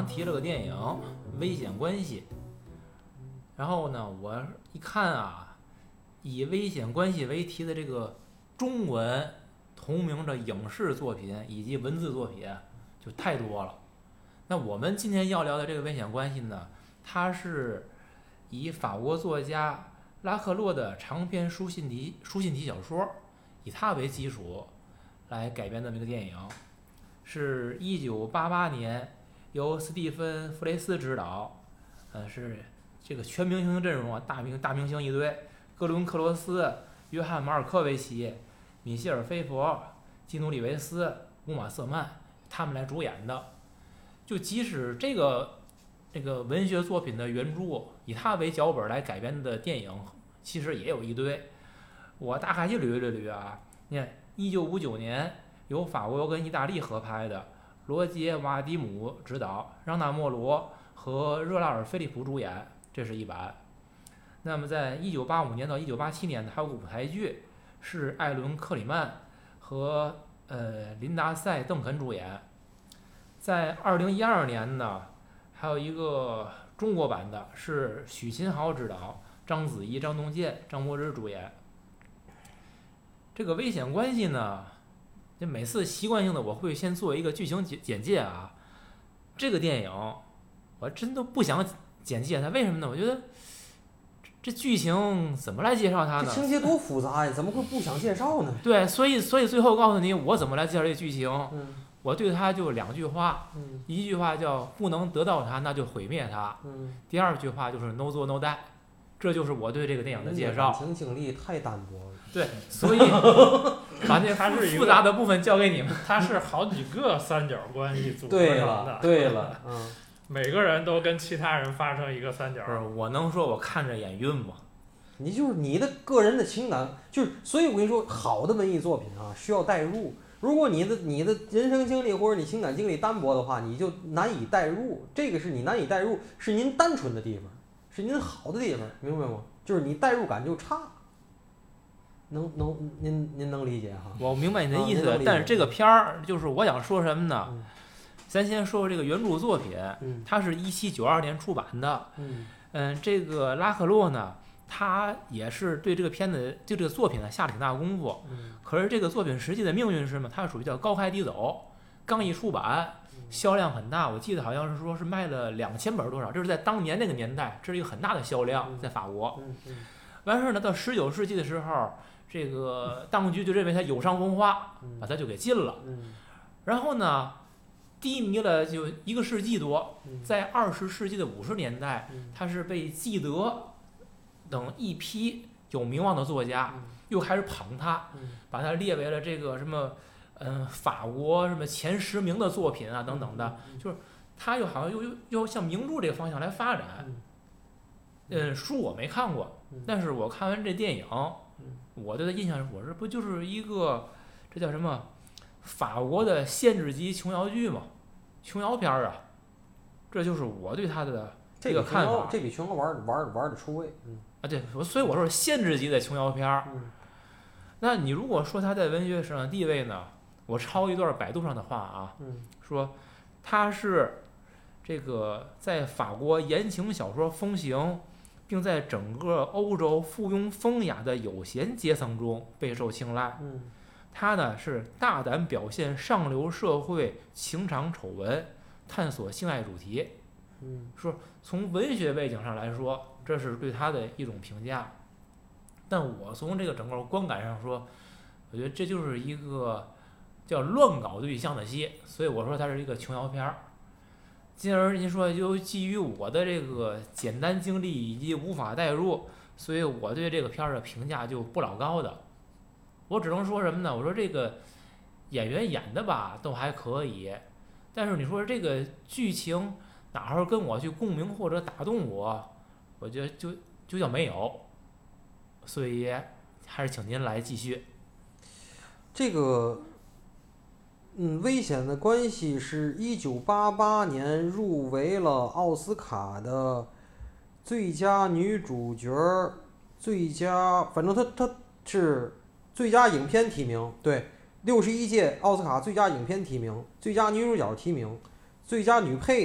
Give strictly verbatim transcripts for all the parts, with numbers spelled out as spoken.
上提了个电影《危险关系》，然后呢，我一看啊，以危险关系为题的这个中文同名的影视作品以及文字作品就太多了。那我们今天要聊的这个危险关系呢，它是以法国作家拉克洛的长篇书信体书信体小说，以它为基础来改编的这个电影，是一九八八年由斯蒂芬·弗雷斯执导，呃，是这个全明星阵容啊，大明大明星一堆，格伦·克罗斯、约翰·马尔科维奇、米歇尔·菲佛、基努·里维斯、乌玛·瑟曼他们来主演的。就即使这个这个文学作品的原著以它为脚本来改编的电影，其实也有一堆。我大概去捋捋捋啊，你看，一九五九年由法国跟意大利合拍的，罗杰·瓦迪姆执导，让纳莫罗和热拉尔·菲利普主演，这是一版。那么在一九八五年到一九八七年的还有个舞台剧，是艾伦·克里曼和呃琳达·塞·邓肯主演。在二零一二年呢，还有一个中国版的，是许秦豪执导，章子怡、张东健、张柏芝主演。这个危险关系呢，就每次习惯性的我会先做一个剧情简简介啊。这个电影我真的不想简介它，为什么呢？我觉得这剧情怎么来介绍它呢？ 这情节多复杂呀，怎么会不想介绍呢？ 对，所以所以最后告诉你我怎么来介绍这个剧情。 嗯， 我对它就两句话， 嗯， 一句话叫不能得到它，那就毁灭它。 嗯， 第二句话就是 no 做 no die， 这就是我对这个电影的介绍。 感情经历太单薄了。 对，所以把这它是复杂的部分交给你们。 它是好几个三角关系组合对成了， 的， 对了，嗯， 每个人都跟其他人发生一个三角。 不是，我能说我看着眼晕吗？ 你就是你的个人的情感，就是所以我跟你说，好的文艺作品啊，需要代入。如果你的你的人生经历或者你情感经历单薄的话，你就难以代入。这个是你难以代入，是您单纯的地方，是您好的地方，明白吗？就是你代入感就差。能能您您能理解哈？ 我明白你的意思， 啊、 但是这个片儿就是我想说什么呢？ 嗯、 咱先说说这个原著作品， 嗯、 它是一七九二年出版的。 嗯嗯，这个拉克洛呢，他也是对这个片子就这个作品呢下了挺大功夫。 嗯、 可是这个作品实际的命运是什么？它属于叫高开低走，刚一出版，销量很大，我记得好像是说是卖了两千本多少，这是在当年那个年代，这是一个很大的销量，在法国。 嗯嗯、 完事儿呢，到十九世纪的时候，这个当局就认为它有伤风化，把它就给禁了。 嗯、 然后呢，低迷了就一个世纪多， 嗯、 在二十世纪的五十年代， 嗯、 它是被纪德等一批有名望的作家、 嗯、 又开始捧它， 嗯、 把它列为了这个什么，嗯，法国什么前十名的作品啊等等的， 嗯、 就是它又好像又又又向名著这个方向来发展。 嗯， 嗯，书我没看过，但是我看完这电影。 嗯、 我对他印象是，我这不就是一个，这叫什么，法国的限制级琼瑶剧嘛，琼瑶片儿啊，这就是我对他的这个看法。 这比琼瑶玩玩玩的出位，嗯啊，对，所以我说限制级的琼瑶片儿。 嗯， 那你如果说他在文学史上的地位呢，我抄一段百度上的话啊， 嗯， 说他是这个在法国言情小说风行，并在整个欧洲附庸风雅的有闲阶层中备受青睐。 嗯， 他呢是大胆表现上流社会情场丑闻，探索性爱主题。 嗯， 说从文学背景上来说，这是对他的一种评价。但我从这个整个观感上说，我觉得这就是一个叫乱搞对象的戏，所以我说它是一个琼瑶片儿。进而您说，就基于我的这个简单经历以及无法代入，所以我对这个片儿的评价就不老高的。我只能说什么呢？我说这个演员演的吧都还可以，但是你说这个剧情哪儿跟我去共鸣或者打动我，我觉得就就叫没有。所以还是请您来继续。 这个。嗯，危险的关系是一九八八年入围了奥斯卡的最佳女主角、最佳，反正她她是最佳影片提名，对，六十一届奥斯卡最佳影片提名、最佳女主角提名、最佳女配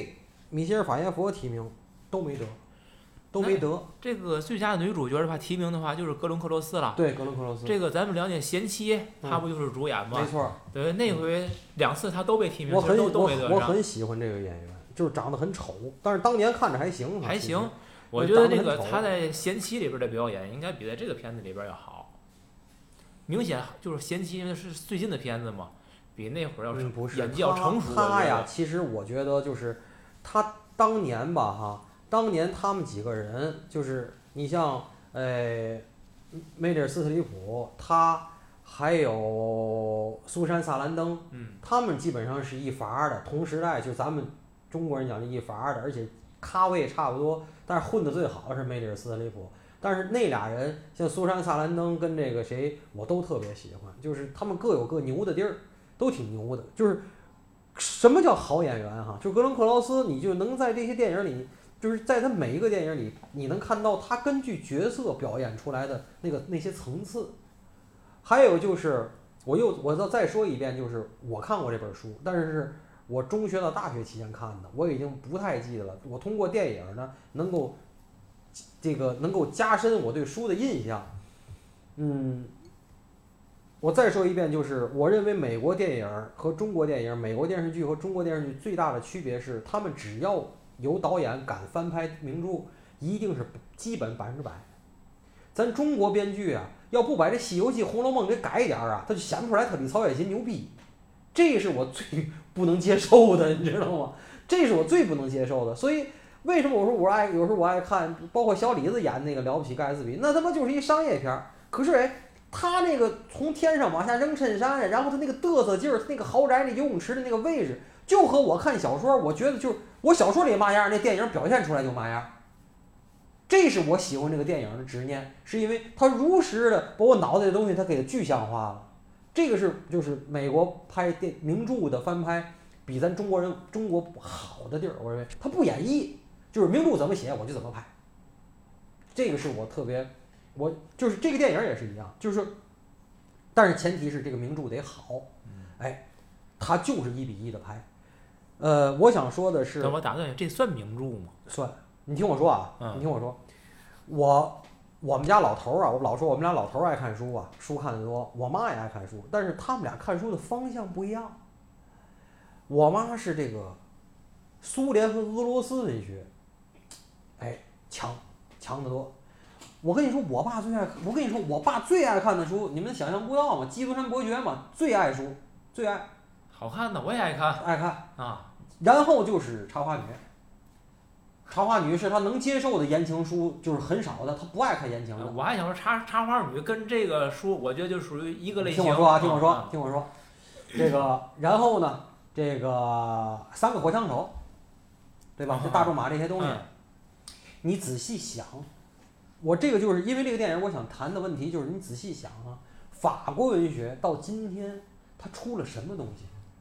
米歇尔·法耶佛提名都没得，都没得。 这个最佳女主角的话，提名的话就是格伦克洛斯了。 对，格伦克洛斯。 这个咱们了解贤妻， 嗯、 她不就是主演吗？ 没错。 对，那回两次她都被提名， 我很都都没得上。 我我很喜欢这个演员，就是长得很丑，但是当年看着还行。 还行，我觉得这个她在贤妻里边的表演应该比在这个片子里边要好。明显就是贤妻，因为是最近的片子嘛，比那会儿要、 嗯、不是演技要成熟。 他呀，其实我觉得就是他当年吧，哈，当年他们几个人，就是你像呃梅丽尔·斯特里普，他还有苏珊·萨兰登， 嗯， 他们基本上是一伐的，同时代就咱们中国人讲的一伐的，而且咖位差不多，但是混得最好的是梅丽尔·斯特里普。但是那俩人像苏珊·萨兰登跟这个谁，我都特别喜欢，就是他们各有各牛的地儿，都挺牛的。就是什么叫好演员哈？就格伦克劳斯，你就能在这些电影里，就是在他每一个电影里，你能看到他根据角色表演出来的那个那些层次。还有就是，我又我再再说一遍，就是我看过这本书，但是是我中学到大学期间看的，我已经不太记得了。我通过电影呢，能够。这个能够加深我对书的印象，嗯，我再说一遍，就是我认为美国电影和中国电影、美国电视剧和中国电视剧最大的区别是，他们只要有导演敢翻拍名著，一定是基本百分之百。咱中国编剧啊，要不把这《西游记》《红楼梦》给改一点啊，他就显不出来他比曹雪芹牛逼，这是我最不能接受的，你知道吗？这是我最不能接受的，所以。为什么我说我爱？有时候我爱看，包括小李子演那个《了不起盖茨比》，那他妈就是一商业片儿。可是哎，他那个从天上往下扔衬衫，然后他那个嘚瑟劲儿，那个豪宅那游泳池的那个位置，就和我看小说，我觉得就是我小说里嘛样，那电影表现出来就嘛样。这是我喜欢这个电影的执念，是因为他如实的把我脑袋的东西他给它具象化了。这个是就是美国拍电名著的翻拍，比咱中国人中国好的地儿，我认为他不演绎。就是名著怎么写我就怎么拍，这个是我特别，我就是这个电影也是一样，就是，但是前提是这个名著得好，哎，它就是一比一的拍。呃，我想说的是， 等我打断一下，这算名著吗？ 算，你听我说啊， 嗯、 你听我说，我我们家老头啊，我老说我们家老头爱看书啊，书看得多，我妈也爱看书，但是他们俩看书的方向不一样。我妈是这个苏联和俄罗斯文学。哎，强，强得多。我跟你说，我爸最爱，我跟你说，我爸最爱看的书，你们想象不到吗？《基督山伯爵》嘛，最爱书，最爱。 好看的，我也爱看， 爱看啊。 然后就是《茶花女》，《茶花女》是他能接受的言情书，就是很少的，他不爱看言情的。 我还想说，茶茶花女跟这个书，我觉得就属于一个类型。 听我说啊，听我说， 啊、 听我说，这个，然后呢，这个三个火枪手，对吧？就大仲马这些东西。 嗯你仔细想，我这个就是因为这个电影，我想谈的问题就是你仔细想啊，法国文学到今天它出了什么东西？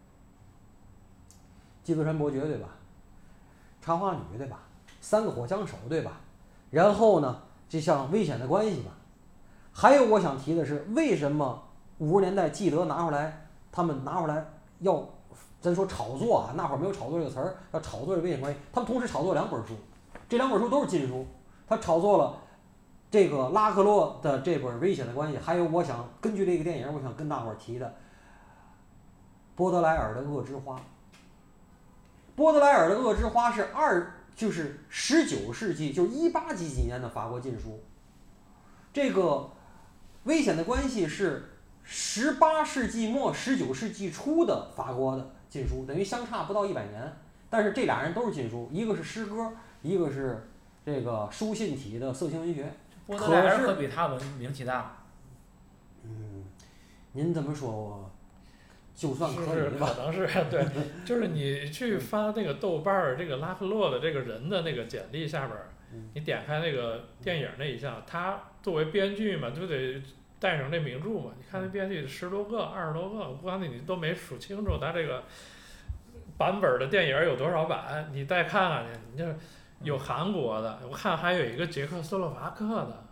基督山伯爵对吧？茶花女对吧？三个火枪手对吧？然后呢，就像危险的关系嘛。还有我想提的是，为什么五十年代记得拿出来，他们拿出来要咱说炒作啊，那会儿没有炒作这个词儿，要炒作这危险关系，他们同时炒作两本书。这两本书都是禁书，他炒作了这个拉克洛的这本《危险的关系》，还有我想根据这个电影，我想跟大伙儿提的波德莱尔的《恶之花》。波德莱尔的《恶之花》是二，就是十九世纪，就是一八几几年的法国禁书。这个《危险的关系》是十八世纪末、十九世纪初的法国的禁书，等于相差不到一百年。但是这俩人都是禁书，一个是诗歌。一个是这个书信体的色情文学， 波德莱尔可比他们名气大。 嗯，您这么说，我就算可以吧？可能是对，就是你去发那个豆瓣儿这个拉克洛的这个人的那个简历下边儿，你点开那个电影那一项，他作为编剧嘛，就得带上这名著嘛。你看那编剧十多个、二十多个，我告诉你，你都没数清楚他这个版本的电影有多少版，你再看看去，你这。有韩国的，我看还有一个捷克斯洛伐克的，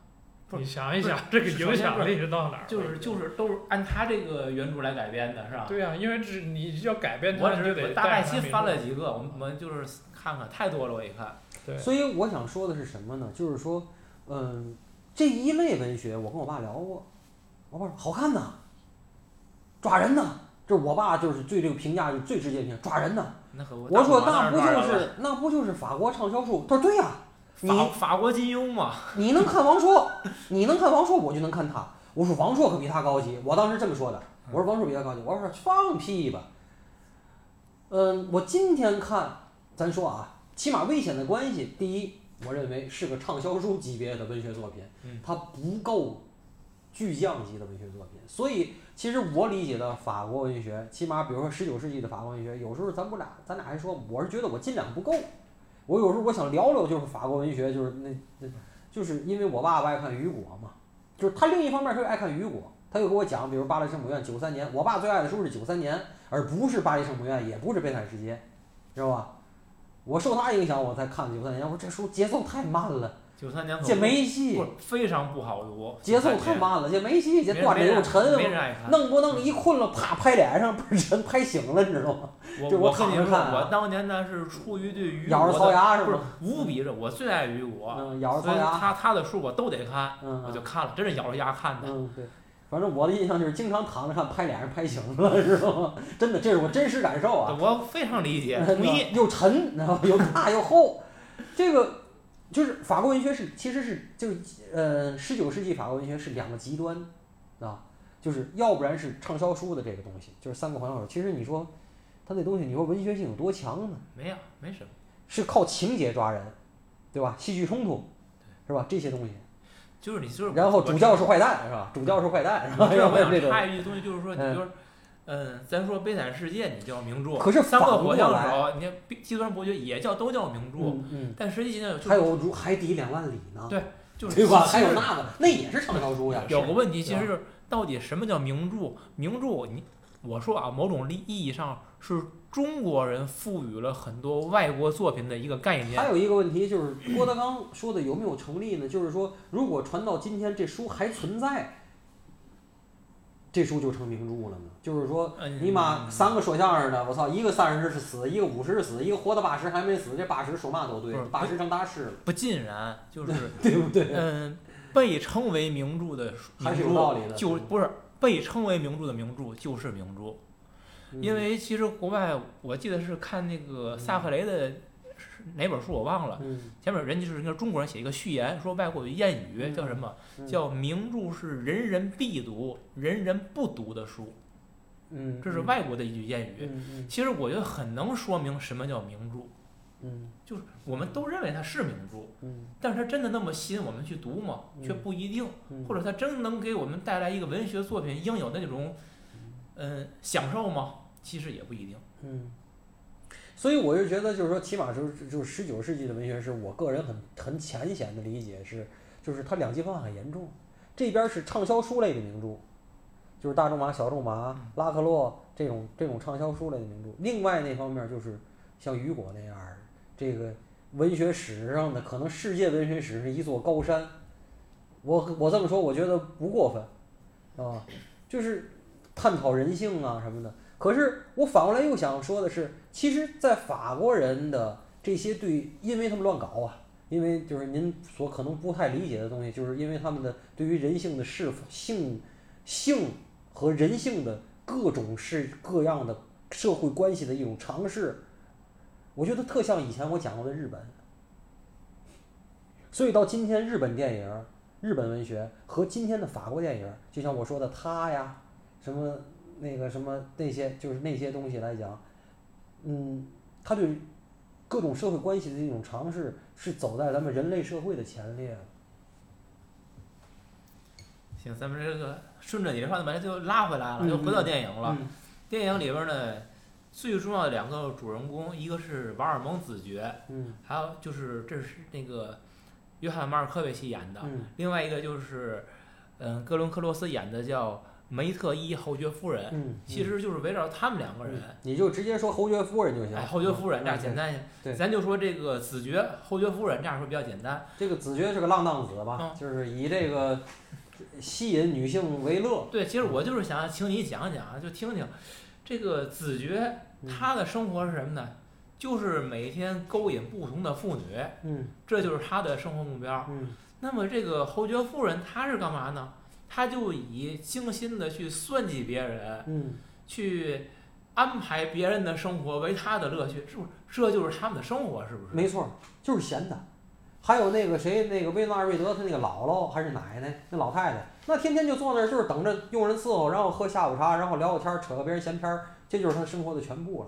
不你想一想，这个影响力是到哪儿？ 就是就是都是按他这个原著来改编的，是吧？ 对呀、啊，因为这你要改编它， 我只就得大概其翻了几个，我们我们就是看看，太多了，我一看。 对。 所以我想说的是什么呢？就是说，嗯，这一类文学，我跟我爸聊过，我爸说好看呐，抓人呐。这我爸就是对这个评价就最直接评价抓人呐。我说那不就是那不就是法国畅销书？他说对呀、啊，你法法国金庸嘛， 你能看王朔，你能看王朔，我就能看他。我说王朔可比他高级，我当时这么说的。我说王朔比他高级，我说放屁吧。嗯，我今天看，咱说啊，起码《危险的关系》，第一，我认为是个畅销书级别的文学作品，它不够巨匠级的文学作品。所以，其实我理解的法国文学，起码比如说十九世纪的法国文学，有时候咱不俩，咱俩还说，我是觉得我斤两不够。我有时候我想聊聊，就是法国文学，就是那那，就是因为我爸爸爱看雨果嘛，就是他另一方面他又爱看雨果，他又给我讲，比如巴黎圣母院九三年，我爸最爱的书是九三年，而不是巴黎圣母院，也不是悲惨世界，知道吧？我受他影响，我才看九三年，我说这书节奏太慢了。 九三年这没戏， 非常不好读， 节奏太慢了，这没戏，这段子又沉，弄不弄一困了，啪拍脸上，不是人拍醒了，你知道吗？就我躺着看、 啊。我当年呢是出于对雨果咬着槽牙是吧？无比的，我最爱雨果， 嗯，咬着槽牙， 他他的书我都得看， 嗯， 我就看了，真是咬着牙看的。 嗯，对。反正我的印象就是经常躺着看，拍脸上拍醒了，知道吗？真的，这是我真实感受啊。 我非常理解，同意。 又沉，然后又大又厚，这个。就是法国文学是，其实是就是呃，十九世纪法国文学是两个极端，啊，就是要不然是畅销书的这个东西，就是三个环绕。其实你说，它那东西，你说文学性有多强呢？ 没有，没什么， 是靠情节抓人，对吧？戏剧冲突，是吧？这些东西。 就是你就是。 然后主教是坏蛋，是吧？主教是坏蛋，是吧？ 我想插一句东西，就是说，你就是。嗯，咱说《悲惨世界》，你叫名著； 可是三个火枪手，你看《极端伯爵》也叫都叫名著。 嗯嗯。 但实际上、就是、 还有如海底两万里呢。 对，就是对吧？还有那个，那也是畅销书呀。 有个问题，其实是到底什么叫名著？名著，你我说啊，某种意义上是中国人赋予了很多外国作品的一个概念。 还有一个问题就是郭德纲说的有没有成立呢？就是说，如果传到今天，这书还存在。这书就成名著了呢，就是说，你妈三个说相声的，我操，一个三十是死，一个五十死，一个活到八十还没死，这八十说嘛都对，八十成大师了。 不尽然，就是对不对？ 嗯，被称为名著的还是有道理的， 就不是被称为名著的名著就是名著， 嗯、 因为其实国外我记得是看那个萨克雷的。哪本书我忘了， 嗯、 前面人家就是一个中国人写一个序言，说外国有谚语、 嗯、 叫什么、 嗯？ 叫名著是人人必读、人人不读的书。 嗯， 这是外国的一句谚语。 嗯嗯、 其实我觉得很能说明什么叫名著。 嗯， 就是我们都认为它是名著， 嗯， 但是它真的那么吸引我们去读吗？却不一定。 嗯、 或者它真能给我们带来一个文学作品应有的那种，嗯、呃，享受吗？其实也不一定。 嗯。所以我就觉得，就是说，起码是就是十九世纪的文学，是我个人很很浅显的理解是，就是它两极分化很严重。这边是畅销书类的名著，就是大仲马、小仲马、拉克洛这种这种畅销书类的名著。另外那方面就是像雨果那样，这个文学史上的可能世界文学史是一座高山。我我这么说，我觉得不过分，啊，就是探讨人性啊什么的。可是我反过来又想说的是，其实，在法国人的这些对，因为他们乱搞啊，因为就是您所可能不太理解的东西，就是因为他们的对于人性的是性性和人性的各种是各样的社会关系的一种尝试，我觉得特像以前我讲过的日本。所以到今天，日本电影、日本文学和今天的法国电影，就像我说的他呀，什么。那个什么那些就是那些东西来讲，嗯，他对各种社会关系的一种尝试是走在咱们人类社会的前列。 行，咱们这个顺着你的话，把它就拉回来了，又回到电影了。 嗯、 电影里边呢，最重要的两个主人公，一个是瓦尔蒙子爵， 嗯， 还有就是这是那个约翰马尔科维奇演的， 嗯、 另外一个就是嗯格伦克洛斯演的叫。 梅特伊侯爵夫人， 嗯， 其实就是围绕他们两个人。 你就直接说侯爵夫人就行。 哎，侯爵夫人这样简单些。 对， 咱就说这个子爵侯爵夫人这样说比较简单。 这个子爵是个浪荡子吧， 嗯、 就是以这个吸引女性为乐。 对，其实我就是想请你讲讲，就听听这个子爵他的生活是什么呢？就是每天勾引不同的妇女， 嗯， 这就是他的生活目标。 嗯， 那么这个侯爵夫人她是干嘛呢？她就以精心的去算计别人， 嗯， 去安排别人的生活为她的乐趣，是不是？这就是他们的生活，是不是？ 没错，就是闲的。还有那个谁，那个维纳瑞德他那个姥姥还是奶奶，那老太太，那天天就坐那儿，就是等着佣人伺候，然后喝下午茶，然后聊个天，扯个别人闲篇儿，这就是他生活的全部了。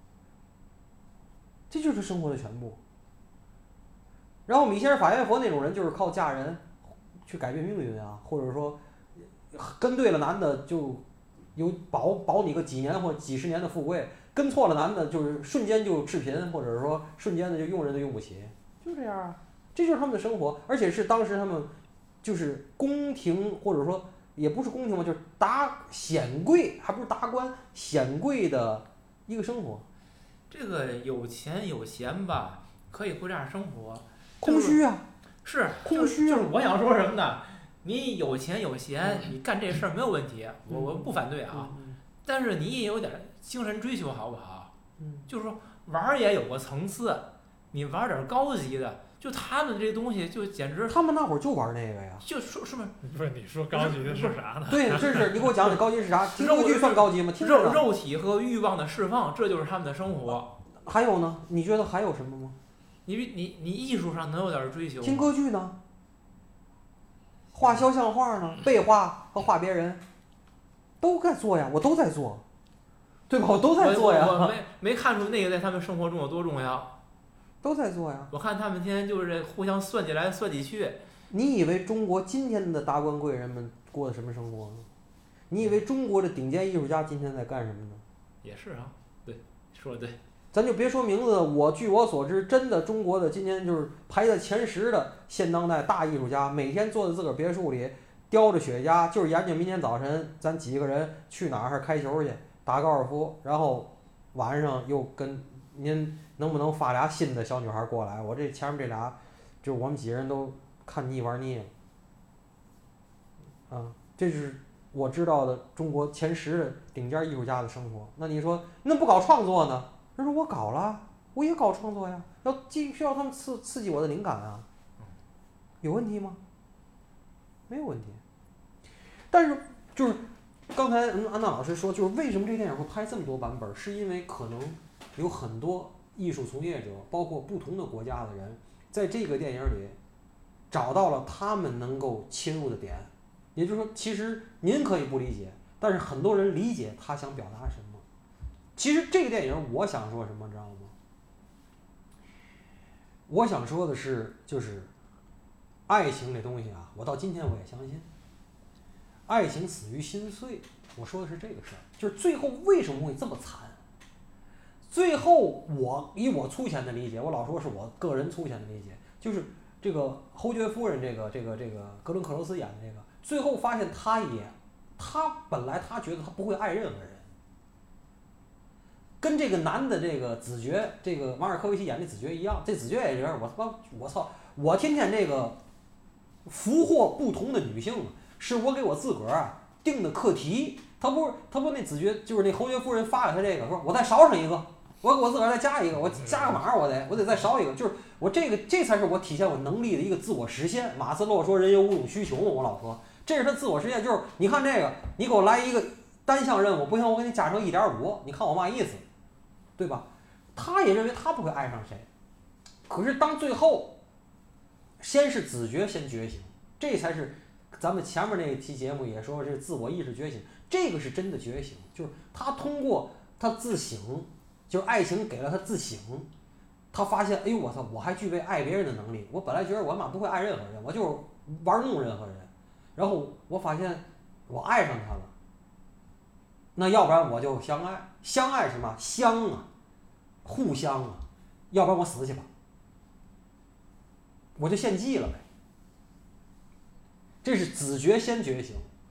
这就是生活的全部。然后米歇尔法耶佛那种人就是靠嫁人去改变命运啊，或者说跟对了男的就有保保你个几年或几十年的富贵，跟错了男的就是瞬间就赤贫，或者是说瞬间的就用人都用不起，就这样啊，这就是他们的生活，而且是当时他们就是宫廷或者说也不是宫廷嘛，就是达显贵，还不是达官显贵的一个生活。 这个有钱有闲吧，可以过这样生活。 空虚啊， 是空虚啊。 就是我想说什么呢？你有钱有闲，你干这事儿没有问题，我我不反对啊。但是你也有点精神追求，好不好？ 嗯， 就是说玩儿也有个层次，你玩点高级的。就他们这东西，就简直。 他们那会儿就玩那个呀。 就说是不是？ 不是你说高级的是啥呢？ 对，这是你给我讲讲高级是啥？听歌剧算高级吗？听肉肉体和欲望的释放，这就是他们的生活。 还有呢？你觉得还有什么吗？ 你你你艺术上能有点追求吗？ 听歌剧呢？画肖像画呢？背画和画别人，都在做呀，我都在做，对吧？我都在做呀。 我, 我没没看出那个在他们生活中有多重要。 都在做呀。 我看他们天天就是互相算计来算计去。 你以为中国今天的达官贵人们过的什么生活呢？你以为中国的顶尖艺术家今天在干什么呢？ 也是啊，对，说的对。 咱就别说名字了，我据我所知，真的中国的今天就是排在前十的现当代大艺术家，每天坐在自个儿别墅里叼着雪茄，就是研究明天早晨咱几个人去哪儿开球去打高尔夫，然后晚上又跟您能不能发俩新的小女孩过来？我这前面这俩，就是我们几个人都看腻玩腻了。啊，这是我知道的中国前十的顶尖艺术家的生活。那你说那不搞创作呢？他说我搞了，我也搞创作呀，要既需要他们刺刺激我的灵感啊，有问题吗？没有问题。但是就是刚才嗯安娜老师说，就是为什么这个电影会拍这么多版本，是因为可能有很多艺术从业者，包括不同的国家的人，在这个电影里找到了他们能够切入的点。也就是说，其实您可以不理解，但是很多人理解他想表达什么。其实这个电影我想说什么，知道吗？我想说的是，就是爱情这东西啊，我到今天我也相信，爱情死于心碎。我说的是这个事儿，就是最后为什么会这么惨？最后我以我粗浅的理解，我老说是我个人粗浅的理解，就是这个侯爵夫人这个这个这个格伦克罗斯演的这个，最后发现他也，他本来他觉得他不会爱任何人。跟这个男的这个子爵，这个马尔科维奇演的子爵一样，这子爵也觉得我他妈我操，我天天这个俘获不同的女性，是我给我自个儿啊定的课题。他不是他不那子爵就是那侯爵夫人发给他这个，说我再烧上一个，我给我自个儿再加一个，我加个码我得我得再烧一个，就是我这个这才是我体现我能力的一个自我实现。马斯洛说人有五种需求嘛，我老说这是他自我实现，就是你看这个，你给我来一个单项任务，不行我给你加成一点五，你看我嘛意思。对吧？他也认为他不会爱上谁，可是当最后，先是子爵先觉醒，这才是咱们前面那期节目也说是自我意识觉醒，这个是真的觉醒，就是他通过他自省，就是爱情给了他自省，他发现，哎呦我操，我还具备爱别人的能力，我本来觉得我妈不会爱任何人，我就是玩弄任何人，然后我发现我爱上他了，那要不然我就相爱，相爱是什么？相啊。互相啊，要不然我死去吧，我就献祭了呗。这是子爵先觉醒，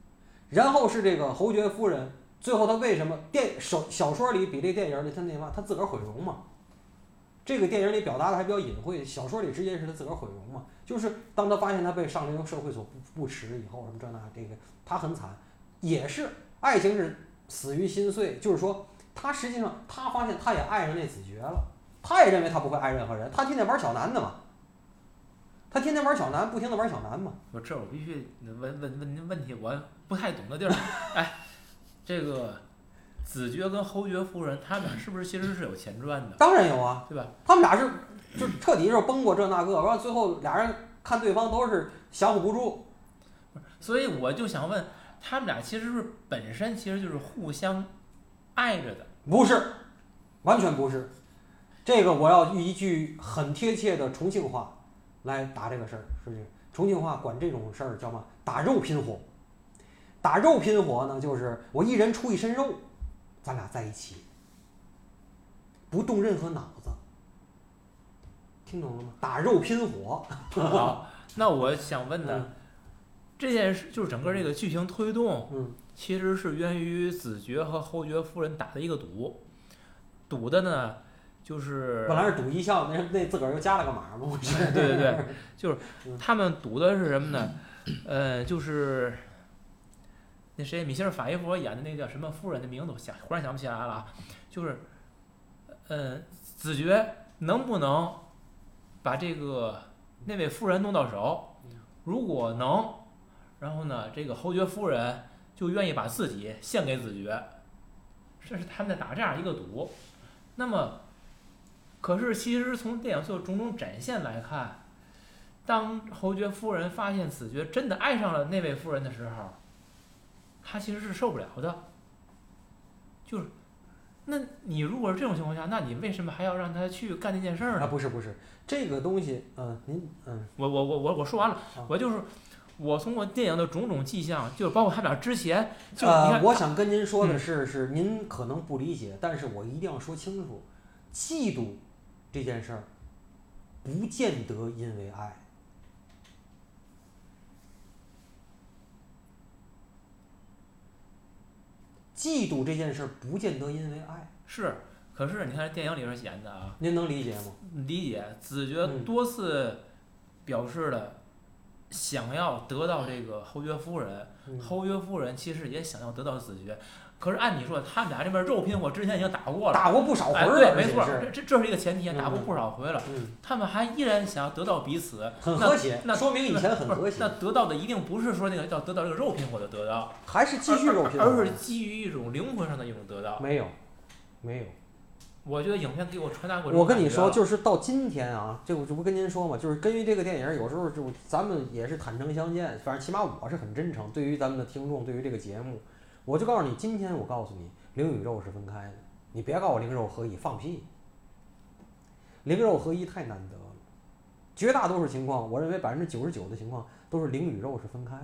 然后是这个侯爵夫人，最后他为什么电小小说里比这电影里他那嘛，他自个儿毁容嘛。这个电影里表达的还比较隐晦，小说里直接是他自个儿毁容嘛。就是当他发现他被上流社会所不不耻以后，什么这那这个，他很惨，也是爱情是死于心碎，就是说他实际上他发现他也爱上那子爵了，他也认为他不会爱任何人，他天天玩小男的嘛。他天天玩小男，不停的玩小男嘛。 我这我必须问问问您问题，我不太懂的地儿。哎，这个子爵跟侯爵夫人，他们俩是不是其实是有前传的？ 当然有啊， 对吧？ 他们俩是就彻底是崩过这那个，完了最后俩人看对方都是相互不住。 所以我就想问，他们俩其实是本身其实就是互相爱着的。 不是，完全不是。这个我要用一句很贴切的重庆话来打这个事儿，是不是？重庆话管这种事儿叫嘛？打肉拼活。打肉拼活呢，就是我一人出一身肉，咱俩在一起，不动任何脑子。听懂了吗？打肉拼活。 好，那我想问的、 嗯、 这件事，就是整个这个剧情推动， 嗯， 其实是源于子爵和侯爵夫人打的一个赌，赌的呢。就是本来是赌一项，那那自个儿又加了个码嘛， 对对对，就是他们赌的是什么呢？呃，就是那谁米歇尔·法伊佛演的那个叫什么夫人的名字，我想忽然想不起来了，就是呃，子爵能不能把这个那位夫人弄到手？如果能，然后呢，这个侯爵夫人就愿意把自己献给子爵，这是他们在打这样一个赌。那么。可是，其实从电影最后种种展现来看，当侯爵夫人发现子爵真的爱上了那位夫人的时候，她其实是受不了的。就是，那你如果是这种情况下，那你为什么还要让他去干那件事儿呢？ 啊，不是不是，这个东西，嗯、呃，您嗯， 我我我我我说完了， 啊、 我就是我通过电影的种种迹象，就是包括他们俩之前，就呃，我想跟您说的嗯是，是您可能不理解，但是我一定要说清楚，嫉妒。这件事儿不见得因为爱，嫉妒这件事儿不见得因为爱。 是，可是你看电影里边演的啊， 您能理解吗？ 理解，子爵多次表示了想要得到这个侯爵夫人， 嗯、 侯爵夫人其实也想要得到子爵。可是按你说，他们俩这边肉拼火之前已经打过了， 打过不少回了、 哎，对，没错，这这这是一个前提，打过不少回了。 嗯， 他们还依然想要得到彼此， 很和谐， 那说明以前很和谐。 那得到的一定不是说那个要得到这个肉拼火的得到， 还是继续肉拼火， 而是基于一种灵魂上的一种得到。 没有，没有。 我觉得影片给我传达过。 我跟你说，就是到今天啊，这我这不跟您说嘛，就是根据这个电影，有时候就咱们也是坦诚相见，反正起码我是很真诚，对于咱们的听众，对于这个节目，我就告诉你，今天我告诉你。灵与肉是分开的，你别告诉我灵肉合一，放屁！灵肉合一太难得了，绝大多数情况，我认为百分之九十九的情况都是灵与肉是分开的，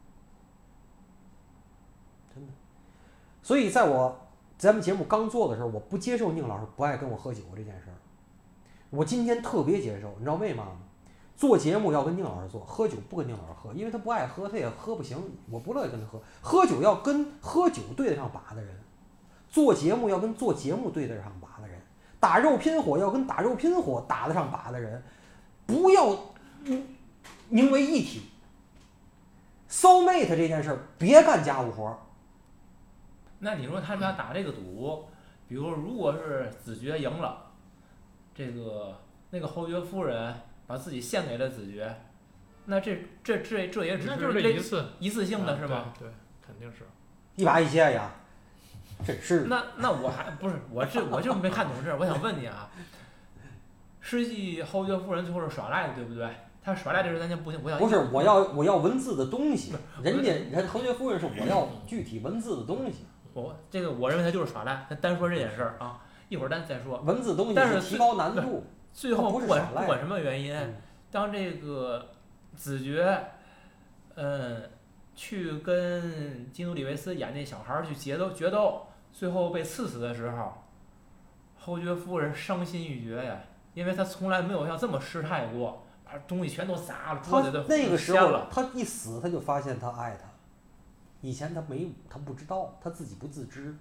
真的。所以在我咱们节目刚做的时候，我不接受宁老师不爱跟我喝酒这件事儿，我今天特别接受，你知道为嘛吗？做节目要跟宁老师做，喝酒不跟宁老师喝，因为他不爱喝，他也喝不行，我不乐意跟他喝。喝酒要跟喝酒对得上把的人。做节目要跟做节目对得上把的人，打肉拼火要跟打肉拼火打得上把的人，不要凝为一体。soul mate 这件事儿，别干家务活。 那你说他们俩打这个赌，比如如果是子爵赢了，这个那个侯爵夫人把自己献给了子爵，那这这这这也只是这一次一次性的是吗？ 啊、对, 对，肯定是一把一切呀。真是那那我还不是我这我就没看懂这儿，我想问你啊，实际侯爵夫人最后是耍赖的，对不对？他耍赖这事咱就不行，我想不是我要我要文字的东西，人家人侯爵夫人是我要具体文字的东西。 我这个我认为他就是耍赖，咱单说这件事儿啊，一会儿咱再说。 文字东西但是提高难度， 最后不管不管什么原因， 嗯、 当这个子爵，嗯。去跟基努里维斯演那小孩去决斗决斗，最后被刺死的时候，侯爵夫人伤心欲绝呀，因为他从来没有像这么失态过，把东西全都砸了，桌子都那个时候了。 他一死，他就发现他爱他， 以前他没有，他不知道，他自己不自知，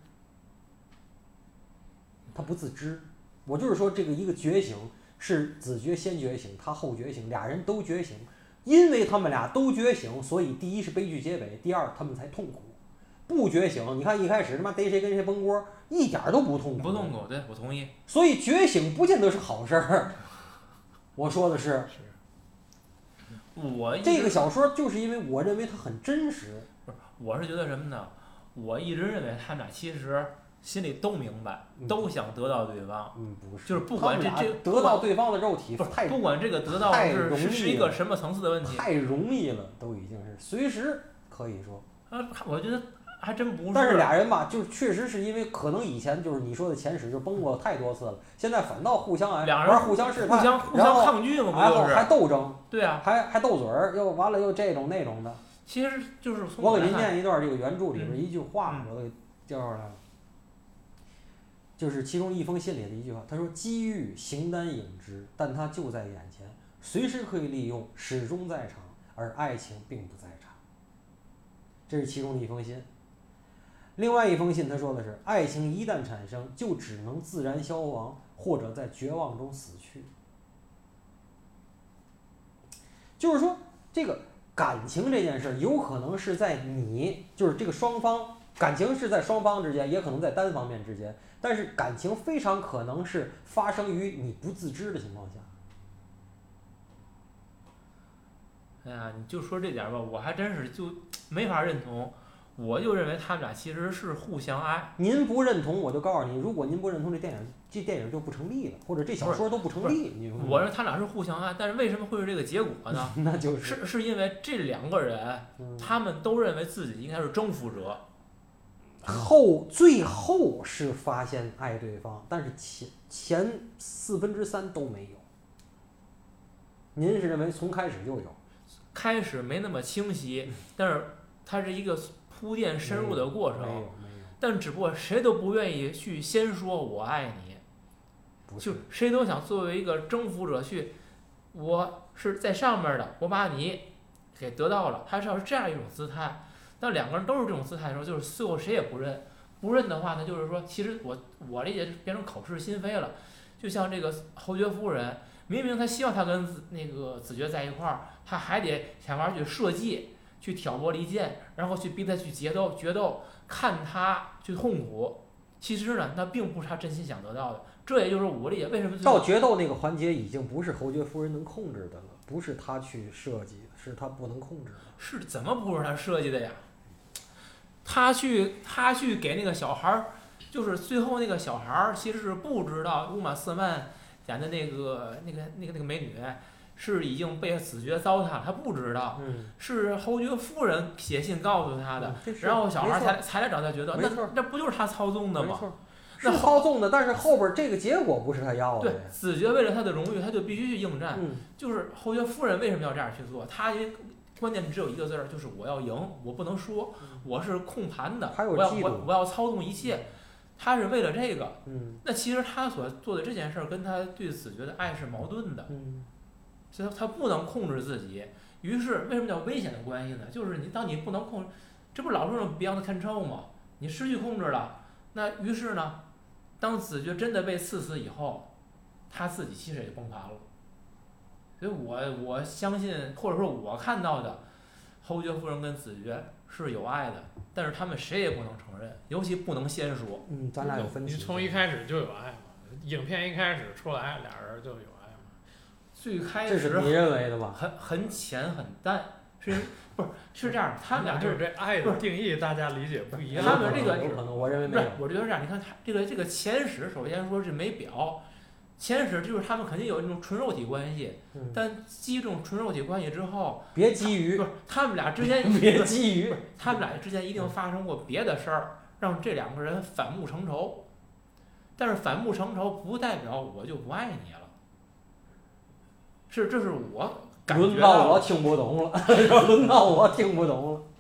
他不自知。我就是说，这个一个觉醒是子爵先觉醒，他后觉醒，俩人都觉醒，因为他们俩都觉醒，所以第一是悲剧结尾，第二他们才痛苦。不觉醒，你看一开始他妈逮谁跟谁崩锅，一点都不痛苦。 不痛苦，对我同意。 所以觉醒不见得是好事儿。我说的是。 我这个小说就是因为我认为它很真实。 不是，我是觉得什么呢？我一直认为他们俩其实心里都明白，都想得到对方。 嗯，不是， 就是不管这这得到对方的肉体， 不太不管这个得到是是是一个什么层次的问题， 太容易了，都已经是随时可以说。 啊，我觉得还真不是。 但是俩人吧，就是确实是因为可能以前就是你说的前史就崩过太多次了，现在反倒互相哎， 两人互相试探， 互相互相抗拒嘛，不就是？ 还斗争。 对啊， 还还斗嘴儿，又完了又这种那种的。 其实就是从我给您念一段这个原著里边一句话， 嗯、 我给叫出来了，就是其中一封信里的一句话，他说：“机遇形单影只，但它就在眼前，随时可以利用，始终在场，而爱情并不在场。”这是其中的一封信。另外一封信他说的是：“爱情一旦产生，就只能自然消亡，或者在绝望中死去。”就是说，这个感情这件事有可能是在你，就是这个双方感情是在双方之间，也可能在单方面之间，但是感情非常可能是发生于你不自知的情况下。 哎呀，你就说这点吧，我还真是就没法认同。我就认为他们俩其实是互相爱。 您不认同，我就告诉你，如果您不认同这电影，这电影就不成立了，或者这小说都不成立。你我认为他俩是互相爱，但是为什么会是这个结果呢？ 那就是是是因为这两个人， 嗯、 他们都认为自己应该是征服者。 后最后是发现爱对方，但是前前四分之三都没有。您是认为从开始就有？ 开始没那么清晰，但是它是一个铺垫深入的过程。 没有没有。 但只不过谁都不愿意去先说我爱你，就谁都想作为一个征服者去，我是在上面的，我把你给得到了，他是要是这样一种姿态。当两个人都是这种姿态的时候，就是最后谁也不认，不认的话呢，就是说，其实我我理解变成口是心非了。就像这个侯爵夫人，明明他希望他跟那个子爵在一块儿，他还得想法去设计，去挑拨离间，然后去逼他去决斗决斗。看他去痛苦，其实呢，那并不是他真心想得到的。这也就是我理解为什么到决斗那个环节已经不是侯爵夫人能控制的了，不是他去设计的，是他不能控制的。 是怎么不是他设计的呀？他去他去给那个小孩儿，就是最后那个小孩儿其实是不知道乌玛瑟曼演的那个那个那个那个美女。是已经被子爵糟蹋，他不知道， 嗯、 是侯爵夫人写信告诉他的， 嗯、 然后小孩才才来找他决斗，那那不就是他操纵的吗？ 是操纵的，但是后边这个结果不是他要的。 对，子爵为了他的荣誉，他就必须去应战。 嗯、 就是侯爵夫人为什么要这样去做？他关键只有一个字儿，就是我要赢，我不能说，我是控盘的，我要我我要操纵一切。他是为了这个， 嗯、 那其实他所做的这件事儿跟他对子爵的爱是矛盾的。 嗯所以他不能控制自己，于是为什么叫危险的关系呢？就是你当你不能控制，这不老说那种 beyond control 吗？你失去控制了，那于是呢，当子爵真的被刺死以后，他自己其实也崩盘了。所以我我相信，或者说我看到的，侯爵夫人跟子爵是有爱的，但是他们谁也不能承认，尤其不能先说。 嗯，咱俩有分歧。 你从一开始就有爱嘛？影片一开始出来，俩人就有。 最开始这是你认为的吧？ 很很浅很淡，是不是是这样？他们俩就是这爱的定义，大家理解不一样。 他们这个有可能，我认为没有。 我觉得这样，你看他这个这个前史，首先说是没表，前史就是他们肯定有那种纯肉体关系， 嗯、 但基于这种纯肉体关系之后， 别基于不是他们俩之间别基于他们俩之间一定发生过别的事儿，让这两个人反目成仇。但是反目成仇不代表我就不爱你了。是，这是我感觉到。 轮到我听不懂了，轮到我听不懂了。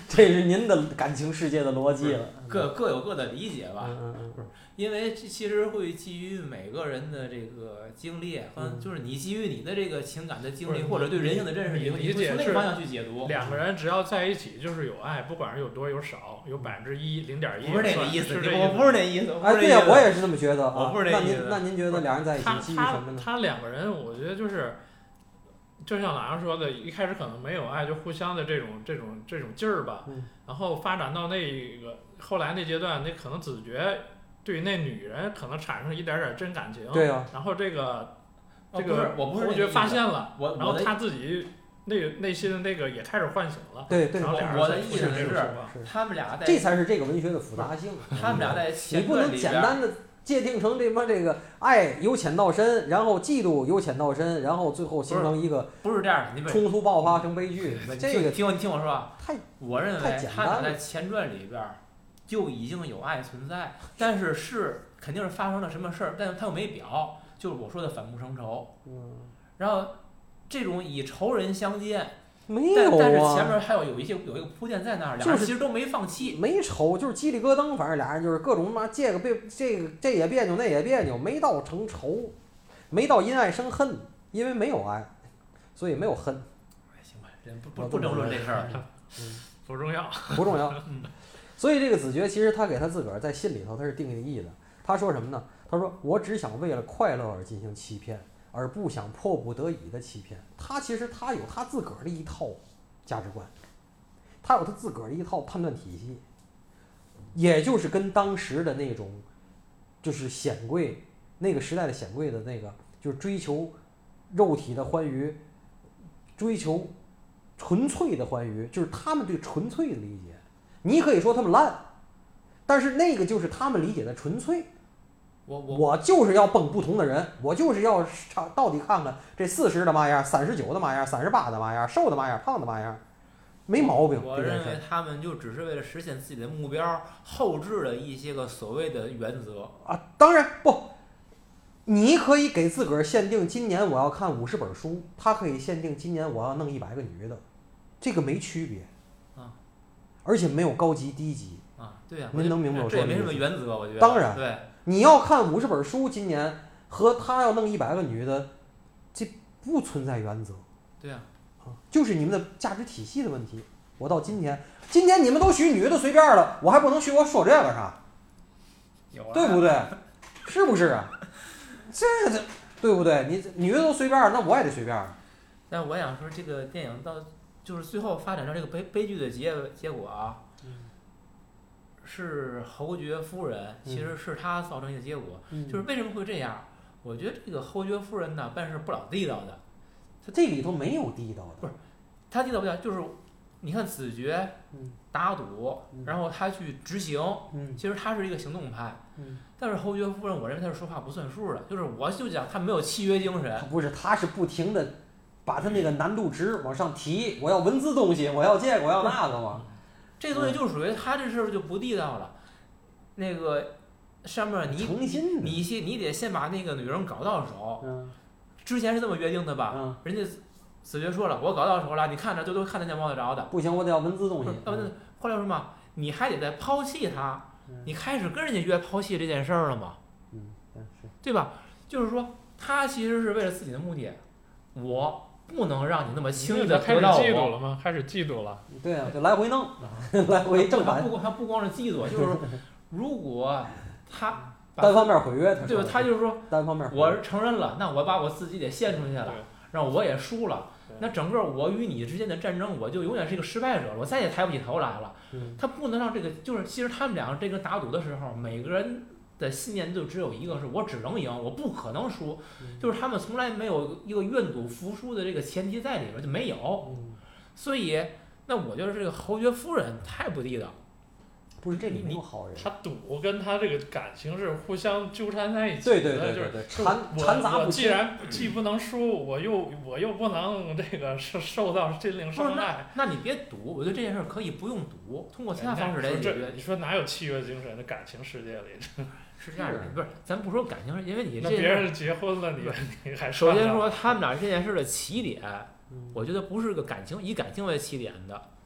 这是您的感情世界的逻辑了。 各各有各的理解吧。 嗯嗯嗯嗯， 因为这其实会基于每个人的这个经历，嗯，就是你基于你的这个情感的经历或者对人性的认识， 你会理解是从那个方向去解读。 两个人只要在一起就是有爱，不管是有多有少，有百分之一、零点一， 不是那个意思， 是这我不是那意思。 哎，对呀，我也是这么觉得啊。 我不是那意思。 那您那您觉得两人在一起他基于什么呢？ 他他两个人，我觉得就是。就像老杨说的，一开始可能没有爱，就互相的这种这种这种劲儿吧， 嗯、 然后发展到那个后来那阶段，那可能子爵对那女人可能产生一点点真感情， 对啊， 然后这个、 哦、 这个我不是侯爵发现了， 我然后他自己那个内心的那个也开始唤醒了， 对对， 然后俩人我的意思是， 是他们俩在这才是这个文学的复杂性， 他们俩在你不能简单的。界定成这么这个爱由浅到深，然后嫉妒由浅到深，然后最后形成一个不是这样的， 冲突爆发成悲剧。这个听我听我说啊， 太我认为他俩在前传里边就已经有爱存在，但是是肯定是发生了什么事儿，但是他又没表，就是我说的反目成仇。 嗯， 然后这种以仇人相见。 没有啊， 但是前面还有有一些有一个铺垫在那儿，俩人其实都没放弃， 没仇，就是叽里咯噔，反正俩人就是各种嘛，这个别这个这也别扭，那也别扭，没到成仇，没到因爱生恨，因为没有爱，所以没有恨。 行吧，人不不不争论这事儿， 嗯， 不重要， 不重要。嗯，所以这个子爵其实他给他自个儿在信里头他是定义的，他说什么呢？他说我只想为了快乐而进行欺骗。而不想迫不得已的欺骗，他其实他有他自个儿的一套价值观，他有他自个儿的一套判断体系，也就是跟当时的那种就是显贵那个时代的显贵的那个就是追求肉体的欢愉，追求纯粹的欢愉，就是他们对纯粹的理解。你可以说他们烂，但是那个就是他们理解的纯粹。 我我我就是要蹦不同的人，我就是要到底看看这四十的嘛样，三十九的嘛样，三十八的嘛样，瘦的嘛样，胖的嘛样，没毛病。 我认为他们就只是为了实现自己的目标，后置了一些个所谓的原则啊。当然不，你可以给自个儿限定，今年我要看五十本书，他可以限定今年我要弄一百个女的，这个没区别啊， 而且没有高级低级啊。对呀、啊， 您能明白我说的？ 这也没什么原则，我觉得。 当然， 对。 你要看五十本书，今年和他要弄一百个女的，这不存在原则。 对呀、 啊，就是你们的价值体系的问题。我到今天，今天你们都许女的随便了，我还不能许我说这个啥？ 有啊， 对不对？是不是啊？这这对不对？你女的都随便，那我也得随便。 但我想说，这个电影到就是最后发展到这个悲悲剧的结结果啊。 嗯， 是侯爵夫人，其实是他造成一个结果， 嗯、 就是为什么会这样？我觉得这个侯爵夫人呢，办事不老地道的。 他这里头没有地道的， 不是他地道不地道，就是你看子爵打赌， 嗯、 然后他去执行， 嗯、 其实他是一个行动派， 嗯、 但是侯爵夫人，我认为他是说话不算数的，就是我就讲他没有契约精神。 不是，他是不停的把他那个难度值往上提，我要文字东西，我要这个，我要那个嘛。 这东西就属于他这事儿就不地道了，那个上面你你你先你得先把那个女人搞到手， 嗯， 之前是这么约定的吧？ 嗯， 人家子爵说了，我搞到手了，你看着就都看得见摸得着的。 不行，我得要文字东西。 嗯，后来说嘛，你还得再抛弃他，你开始跟人家约抛弃这件事儿了嘛？ 嗯，是， 对吧？就是说，他其实是为了自己的目的，我。不能让你那么轻易的得到我。 开始嫉妒了吗？开始嫉妒了。 对啊，就来回弄，来回正反。 他不他不光是嫉妒，就是说，如果他单方面毁约， 对吧？他就是说， 单方面。 我承认了，那我把我自己得献出去了，然后我也输了，那整个我与你之间的战争，我就永远是一个失败者，我再也抬不起头来了。 嗯、 他不能让这个，就是其实他们两个这个打赌的时候，每个人的信念就只有一个，是我只能赢，我不可能输，就是他们从来没有一个愿赌服输的这个前提在里边，就没有。所以，那我觉得这个侯爵夫人太不地道。 不是这里没有好人。 他赌跟他这个感情是互相纠缠在一起的， 对对对对对， 就是缠缠杂不清。 我既然既不能输，我又我又不能这个受受到心灵伤害。 那你别赌，我觉得这件事可以不用赌，通过其他方式来解决。 你说哪有契约精神的感情世界里？ 是这样的，不是，咱不说感情，因为你这别人结婚了，你你还首先说他们俩这件事的起点，我觉得不是个感情以感情为起点的，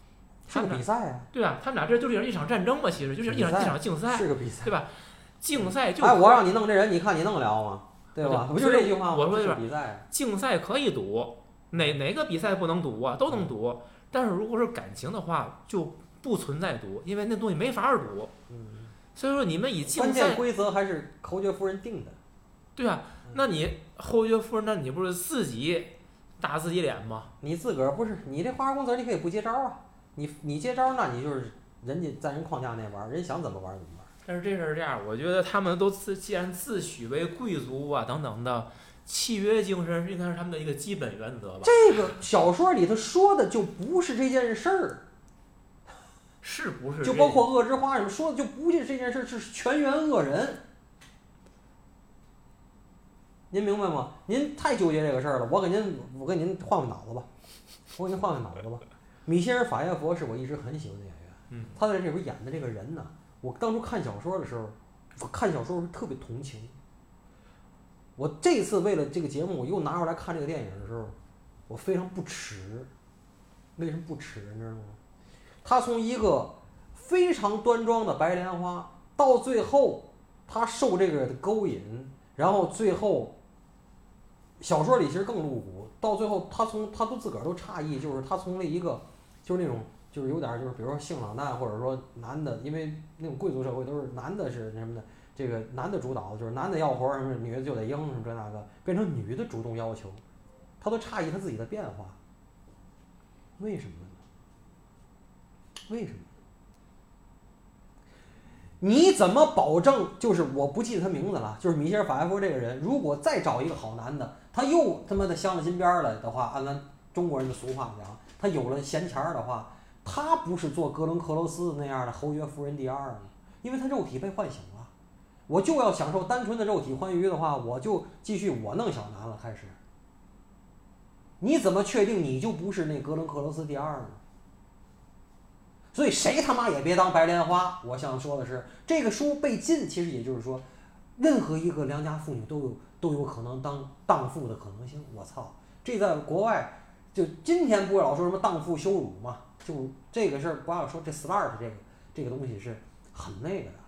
是个比赛啊， 对啊，他们俩这就是一场战争嘛，其实就是一场一场竞赛， 是个比赛， 对吧？竞赛就哎，我让你弄这人，你看你弄得了吗？对吧？不就这句话吗？ 我说是比赛， 竞赛可以赌，哪哪个比赛不能赌啊？都能赌，但是如果是感情的话，就不存在赌，因为那东西没法赌。 嗯， 所以说你们以竞赛， 关键规则还是侯爵夫人定的。 对啊，那你侯爵夫人，那你不是自己打自己脸吗？ 你自个儿不是你这花花公子，你可以不接招啊。你你接招，那你就是人家在人框架内玩，人想怎么玩怎么玩。 但是这事儿这样，我觉得他们都自既然自诩为贵族啊等等的，契约精神应该是他们的一个基本原则吧。 这个小说里头说的就不是这件事儿， 是不是？ 就包括恶之花什么说的就不是这件事儿，是全员恶人。您明白吗？您太纠结这个事儿了，我给您我给您换换脑子吧，我给您换换脑子吧。米歇尔·法耶佛是我一直很喜欢的演员， 嗯， 他在这边演的这个人呢，我当初看小说的时候，我看小说是特别同情。我这次为了这个节目，我又拿出来看这个电影的时候，我非常不耻。为什么不耻？你知道吗？他从一个非常端庄的白莲花，到最后他受这个勾引，然后最后小说里其实更露骨，到最后他从他都自个儿都诧异，就是他从了一个就是那种就是有点就是比如说性冷淡，或者说男的，因为那种贵族社会都是男的是什么的，这个男的主导，就是男的要活什么，女的就得应什么这那个，变成女的主动要求，他都诧异他自己的变化，为什么呢？为什么？你怎么保证？就是我不记得他名字了，就是米歇尔·法耶夫这个人，如果再找一个好男的，他又他妈的镶了金边了的话，按咱中国人的俗话讲，他有了闲钱的话，他不是做格伦克罗斯那样的侯爵夫人第二呢？因为他肉体被唤醒了，我就要享受单纯的肉体欢愉的话，我就继续我弄小男了开始。你怎么确定你就不是那格伦克罗斯第二呢？所以谁他妈也别当白莲花。我想说的是，这个书被禁，其实也就是说，任何一个良家妇女都有都有可能当荡妇的可能性。我操，这在国外就今天不老说什么荡妇羞辱嘛？就这个事儿，不要说这 slut 这个这个东西是很那个的，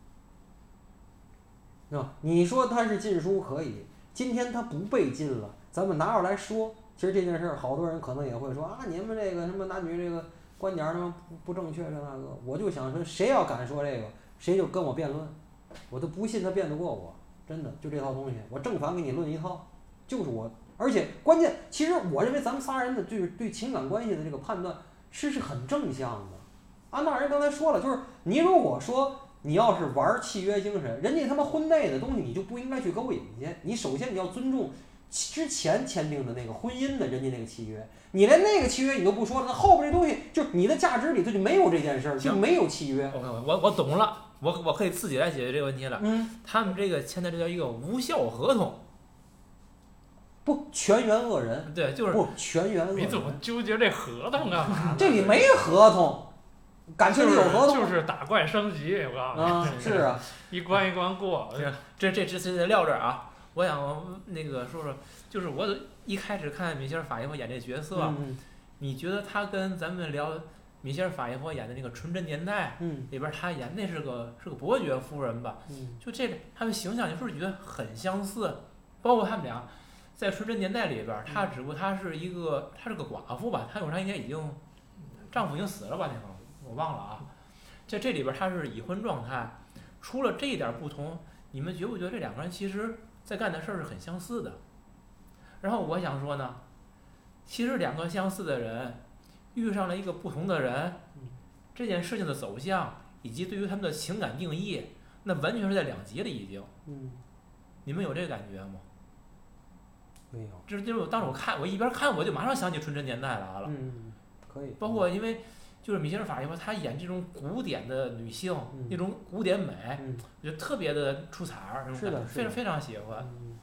是吧？你说它是禁书可以，今天它不被禁了，咱们拿出来说，其实这件事儿，好多人可能也会说啊，你们这个什么男女这个观点儿他妈不不正确这那个，我就想说，谁要敢说这个，谁就跟我辩论，我都不信他辩得过我，真的就这套东西，我正反给你论一套，就是我，而且关键，其实我认为咱们仨人的就是对情感关系的这个判断是是很正向的。安大人刚才说了，就是你如果说你要是玩契约精神，人家他妈婚内的东西你就不应该去勾引去，你首先你要尊重之前签订的那个婚姻的人家那个契约，你连那个契约你都不说了，那后边这东西就是你的价值里头就没有这件事儿，就没有契约。 我我我懂了，我我可以自己来解决这个问题了。 嗯， 他们这个签的这叫一个无效合同， 不全员恶人， 对，就是不全员恶人。 你怎么纠结这合同干嘛呢？ 这里没合同，感情里有合同就是就是打怪升级，我告诉你。 啊，是啊， 一关一关过。 这这这这撂这儿啊。我想那个说说，就是我一开始看米歇尔·法耶夫演这角色， 嗯你觉得他跟咱们聊米歇尔·法耶夫演的那个《纯真年代》 嗯里边他演那是个是个伯爵夫人吧？ 嗯就这个他们形象，你是不是觉得很相似？包括他们俩在《纯真年代》里边，他只不过他是一个他是个寡妇吧？他有啥应该已经丈夫已经死了吧？那会儿我忘了啊。在这里边他是已婚状态，除了这一点不同，你们觉不觉得这两个人其实在干的事儿是很相似的？然后我想说呢，其实两个相似的人遇上了一个不同的人，这件事情的走向以及对于他们的情感定义，那完全是在两极了已经。 嗯， 你们有这个感觉吗？ 没有。 就是就是当时我看我一边看我就马上想起《纯真年代》来了， 嗯，可以。 包括因为就是米歇尔·法耶夫他演这种古典的女性， 嗯、 那种古典美， 嗯、 我觉得特别的出彩儿， 是的， 非常非常喜欢。 嗯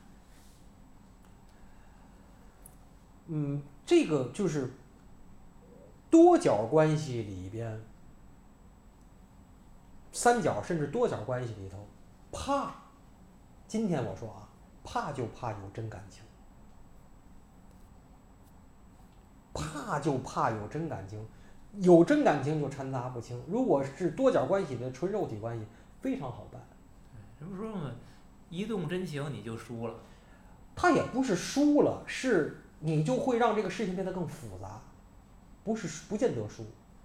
嗯，这个就是多角关系里边，三角甚至多角关系里头，怕，今天我说啊，怕就怕有真感情，怕就怕有真感情， 有真感情就掺杂不清，如果是多角关系的纯肉体关系，非常好办。 这不说嘛，一动真情你就输了。 他也不是输了，是你就会让这个事情变得更复杂，不是不见得输。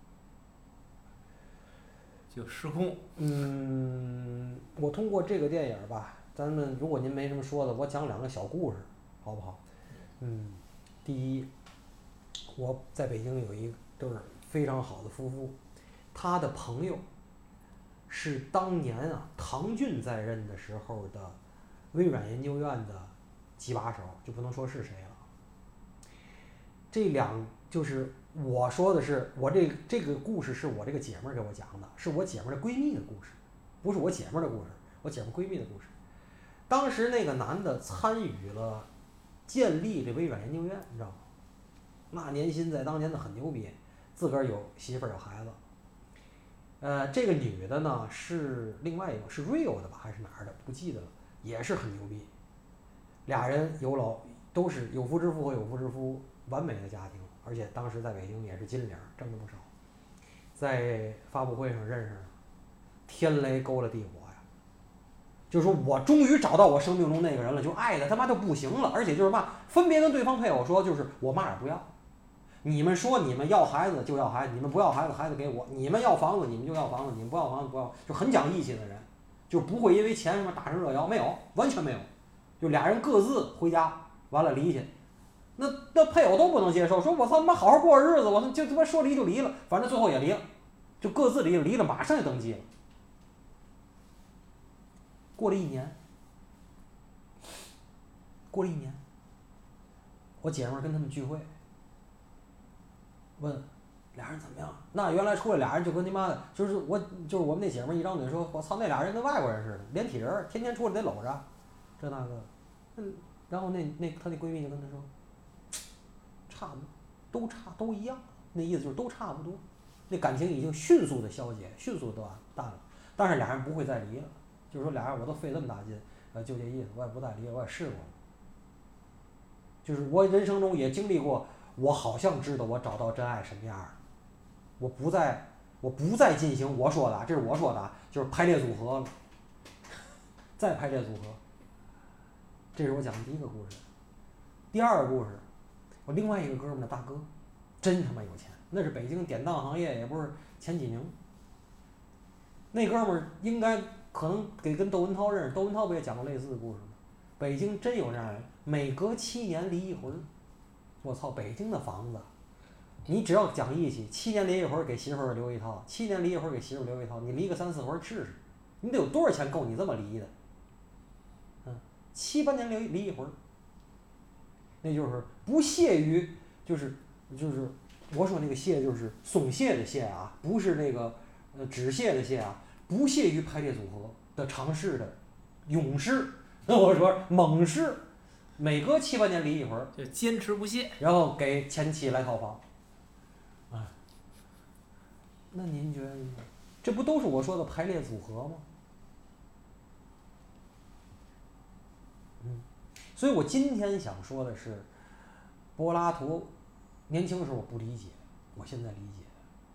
就失控。 嗯，我通过这个电影吧，咱们如果您没什么说的，我讲两个小故事，好不好？嗯，第一，我在北京有一对儿非常好的夫妇，他的朋友是当年啊唐骏在任的时候的微软研究院的几把手，就不能说是谁了。这两就是我说的是我这这个故事是我这个姐们儿给我讲的，是我姐们儿的闺蜜的故事，不是我姐们儿的故事，我姐们儿闺蜜的故事。当时那个男的参与了建立这微软研究院，你知道吗？那年薪在当年的很牛逼，自个儿有媳妇儿有孩子。呃，这个女的呢是另外一个是 Rio 的吧还是哪儿的不记得了，也是很牛逼。俩人有老都是有夫之妇和有夫之夫，完美的家庭，而且当时在北京也是金领，挣了不少。在发布会上认识了，天雷勾了地火呀！就是说我终于找到我生命中那个人了，就爱的他妈就不行了，而且就是嘛，分别跟对方配偶说，就是我嘛也不要。你们说你们要孩子就要孩子，你们不要孩子孩子给我，你们要房子你们就要房子，你们不要房子不要，就很讲义气的人，就不会因为钱什么打成热窑，没有，完全没有。就俩人各自回家，完了离去，那那配偶都不能接受，说我操他妈好好过日子，我就他妈说离就离了，反正最后也离了，就各自离了，离了马上就登记了。过了一年，过了一年，我姐们儿跟他们聚会，问俩人怎么样？那原来出来俩人就跟你妈的，就是我就是我们那姐们儿一张嘴说，我操那俩人跟外国人似的，连体人儿，天天出来得搂着，这那个，嗯，然后那那她那闺蜜就跟她说，差不多，都差都一样，那意思就是都差不多，那感情已经迅速的消解，迅速的断淡了，但是俩人不会再离了，就是说俩人我都费这么大劲，呃，就这意思，我也不再离了，我也试过了，就是我人生中也经历过，我好像知道我找到真爱什么样儿，我不再我不再进行我说的，这是我说的，就是排列组合了，再排列组合，这是我讲的第一个故事。第二个故事，我另外一个哥们儿的大哥，真他妈有钱，那是北京典当行业也不是前几名。那哥们儿应该可能给跟窦文涛认识，窦文涛不也讲过类似的故事吗？北京真有这样人，每隔七年离一回。我操，北京的房子，你只要讲义气，七年离一回给媳妇儿留一套，七年离一回给媳妇儿留一套，你离个三四回试试，你得有多少钱够你这么离的？嗯，七八年离离一回。那就是不屑于，就是就是我说那个屑就是松懈的懈啊，不是那个呃止泻的泻啊，不屑于排列组合的尝试的勇士。那我说猛士，每隔七八年离一回， 就坚持不懈， 然后给前妻来套房。啊，那您觉得这不都是我说的排列组合吗？嗯。所以我今天想说的是，柏拉图年轻的时候我不理解，我现在理解。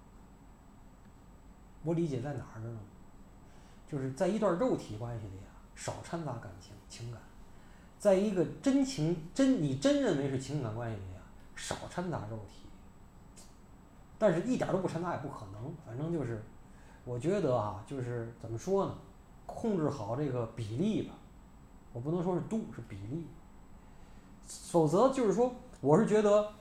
我理解在哪儿呢？就是在一段肉体关系里啊，少掺杂感情情感；在一个真情真你真认为是情感关系里啊，少掺杂肉体。但是一点都不掺杂也不可能，反正就是，我觉得啊，就是怎么说呢，控制好这个比例吧。我不能说是度，是比例。否则就是说，我是觉得，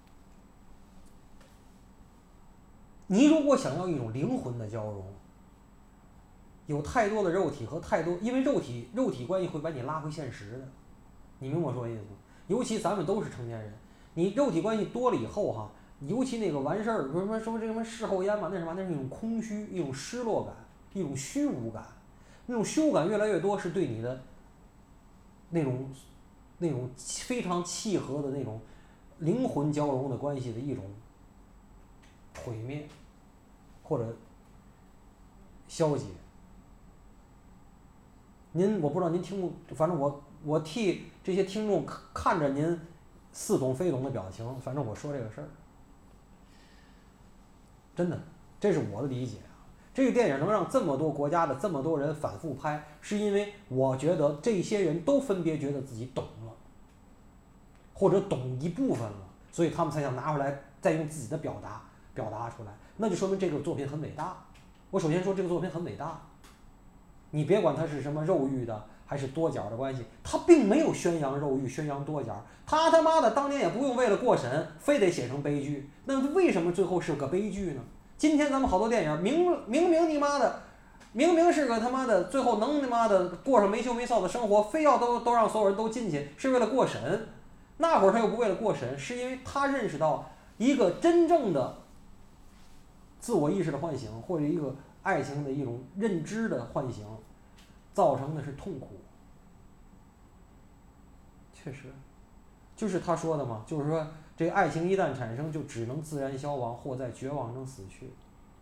你如果想要一种灵魂的交融，有太多的肉体和太多，因为肉体肉体关系会把你拉回现实的，你明白我说的意思吗？尤其咱们都是成年人，你肉体关系多了以后哈，尤其那个完事儿，说什么说这什么事后烟嘛，那什么，那是一种空虚，一种失落感，一种虚无感，那种虚无感越来越多，是对你的那种那种非常契合的那种灵魂交融的关系的一种毁灭或者消解。您我不知道您听不，反正我我替这些听众看着您似懂非懂的表情，反正我说这个事儿。 真的，这是我的理解啊。这个电影能让这么多国家的这么多人反复拍，是因为我觉得这些人都分别觉得自己懂了，或者懂一部分了，所以他们才想拿出来，再用自己的表达表达出来，那就说明这个作品很伟大。我首先说这个作品很伟大，你别管它是什么肉欲的还是多角的关系，他并没有宣扬肉欲宣扬多角，他他妈的当年也不用为了过审非得写成悲剧，那为什么最后是个悲剧呢？今天咱们好多电影明明明你妈的明明是个他妈的最后能他妈的过上没羞没臊的生活，非要都都让所有人都进去，是为了过审。那会儿他又不为了过审，是因为他认识到一个真正的自我意识的唤醒，或者一个爱情的一种认知的唤醒，造成的是痛苦。确实，就是他说的嘛，就是说这个爱情一旦产生，就只能自然消亡，或在绝望中死去。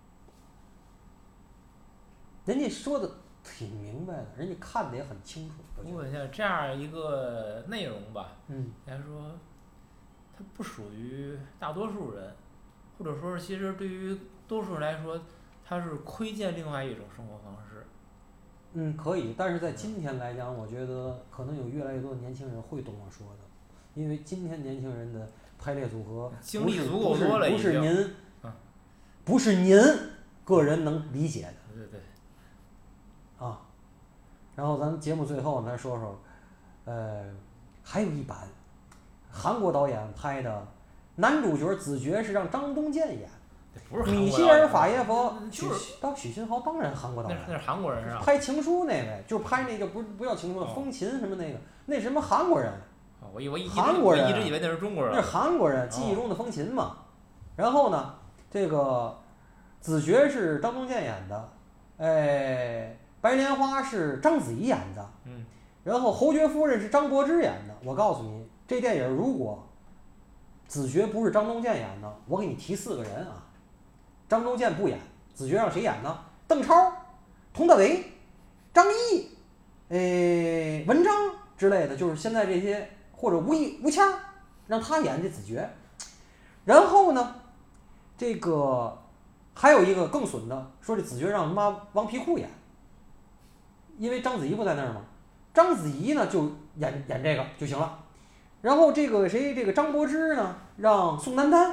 人家说的挺明白的，人家看的也很清楚。 不过像这样一个内容吧， 嗯， 来说，它不属于大多数人，或者说是其实对于多数人来说，它是窥见另外一种生活方式。 嗯，可以，但是在今天来讲，我觉得可能有越来越多的年轻人会懂我说的，因为今天年轻人的排列组合经历足够多了， 不是您， 嗯、 不是您个人能理解的。 对对。 啊，然后咱节目最后咱说说，呃，还有一版韩国导演拍的，男主角子爵是让张东健演。 不是米歇尔·法耶夫，许就是到许秦豪当然韩国导演， 那是韩国人啊。 拍《情书》那位，就是拍那个不是不叫《情书》， 哦风琴什么那个，那什么韩国人。 哦，我以我一韩国人， 我一直以为那是中国人。 那是韩国人，记忆中的风琴嘛。然后呢，这个子爵是张东健演的，哎，白莲花是章子怡演的， 嗯。 然后侯爵夫人是张柏芝演的。我告诉你，这电影如果子爵不是张东健演的，我给你提四个人啊。张东健不演，子爵让谁演呢？邓超、佟大为、张译、诶文章之类的，就是现在这些，或者吴亦吴谦，让他演这子爵。然后呢，这个还有一个更损的，说这子爵让他妈王皮库演，因为章子怡不在那儿嘛，章子怡呢就演演这个就行了。然后这个谁，这个张柏芝呢，让宋丹丹。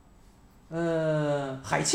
呃，海清，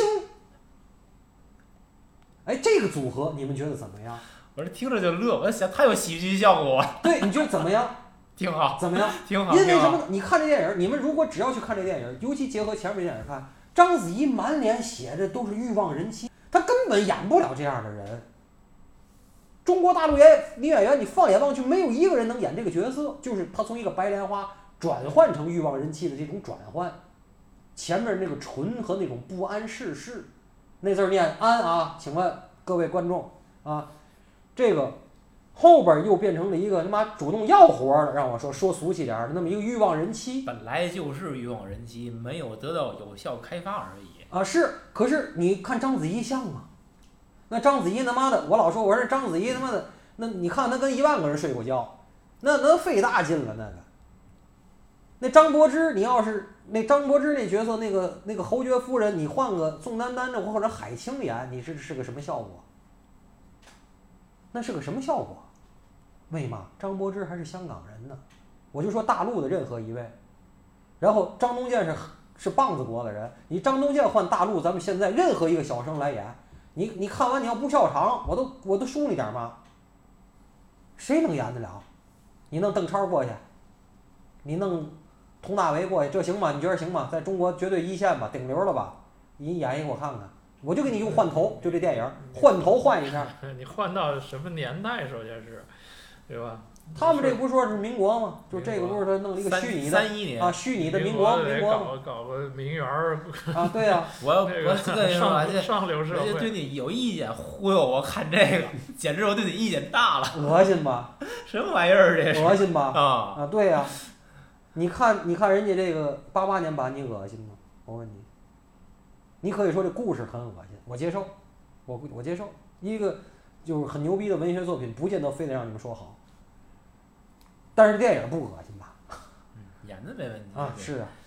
哎，这个组合你们觉得怎么样？ 我这听着就乐，我在想太有喜剧效果了。 对，你觉得怎么样？ 挺好， 怎么样？ 挺好。 因为什么？你看这电影，你们如果只要去看这电影，尤其结合前面电影看，章子怡满脸写的都是欲望人妻，她根本演不了这样的人。中国大陆演女演员，你放眼望去，没有一个人能演这个角色，就是她从一个白莲花转换成欲望人妻的这种转换。前面那个纯和那种不谙世事，那字儿念安啊，请问各位观众啊，这个后边又变成了一个他妈主动要活的，让我说说俗气点儿的那么一个欲望人妻。 本来就是欲望人妻，没有得到有效开发而已啊。是，可是你看章子怡像吗？那章子怡他妈的，我老说我说章子怡他妈的，那你看她跟一万个人睡过觉，那那费大劲了那个。那张柏芝，你要是那张柏芝那角色，那个那个侯爵夫人，你换个宋丹丹的或者海清演，你是是个什么效果？那是个什么效果？为嘛？张柏芝还是香港人呢？我就说大陆的任何一位，然后张东健是是棒子国的人，你张东健换大陆，咱们现在任何一个小生来演，你你看完你要不笑场，我都我都输你点嘛。谁能演得了？你弄邓超过去，你弄佟大为过去，这行吗？你觉得行吗？在中国绝对一线吧，顶流了吧？你演一个我看看，我就给你用换头，就这电影换头换一下。 你换到什么年代？首先是，对吧？ 他们这不说是民国吗？就这个不是他弄了一个虚拟的三一年啊，虚拟的民国， 民国搞搞个名媛儿啊，对呀、啊。 我我跟你说， 上上流社会， 而且对你有意见，忽悠我看这个，简直我对你意见大了。 恶心吧？ 什么玩意儿这是？ 恶心吧？ 啊啊，对呀、啊。你看，你看人家这个八八年版，你恶心吗？我问你，你可以说这故事很恶心，我接受，我我接受。一个就是很牛逼的文学作品，不见得非得让你们说好，但是电影不恶心吧？ 嗯，演的没问题啊，是啊，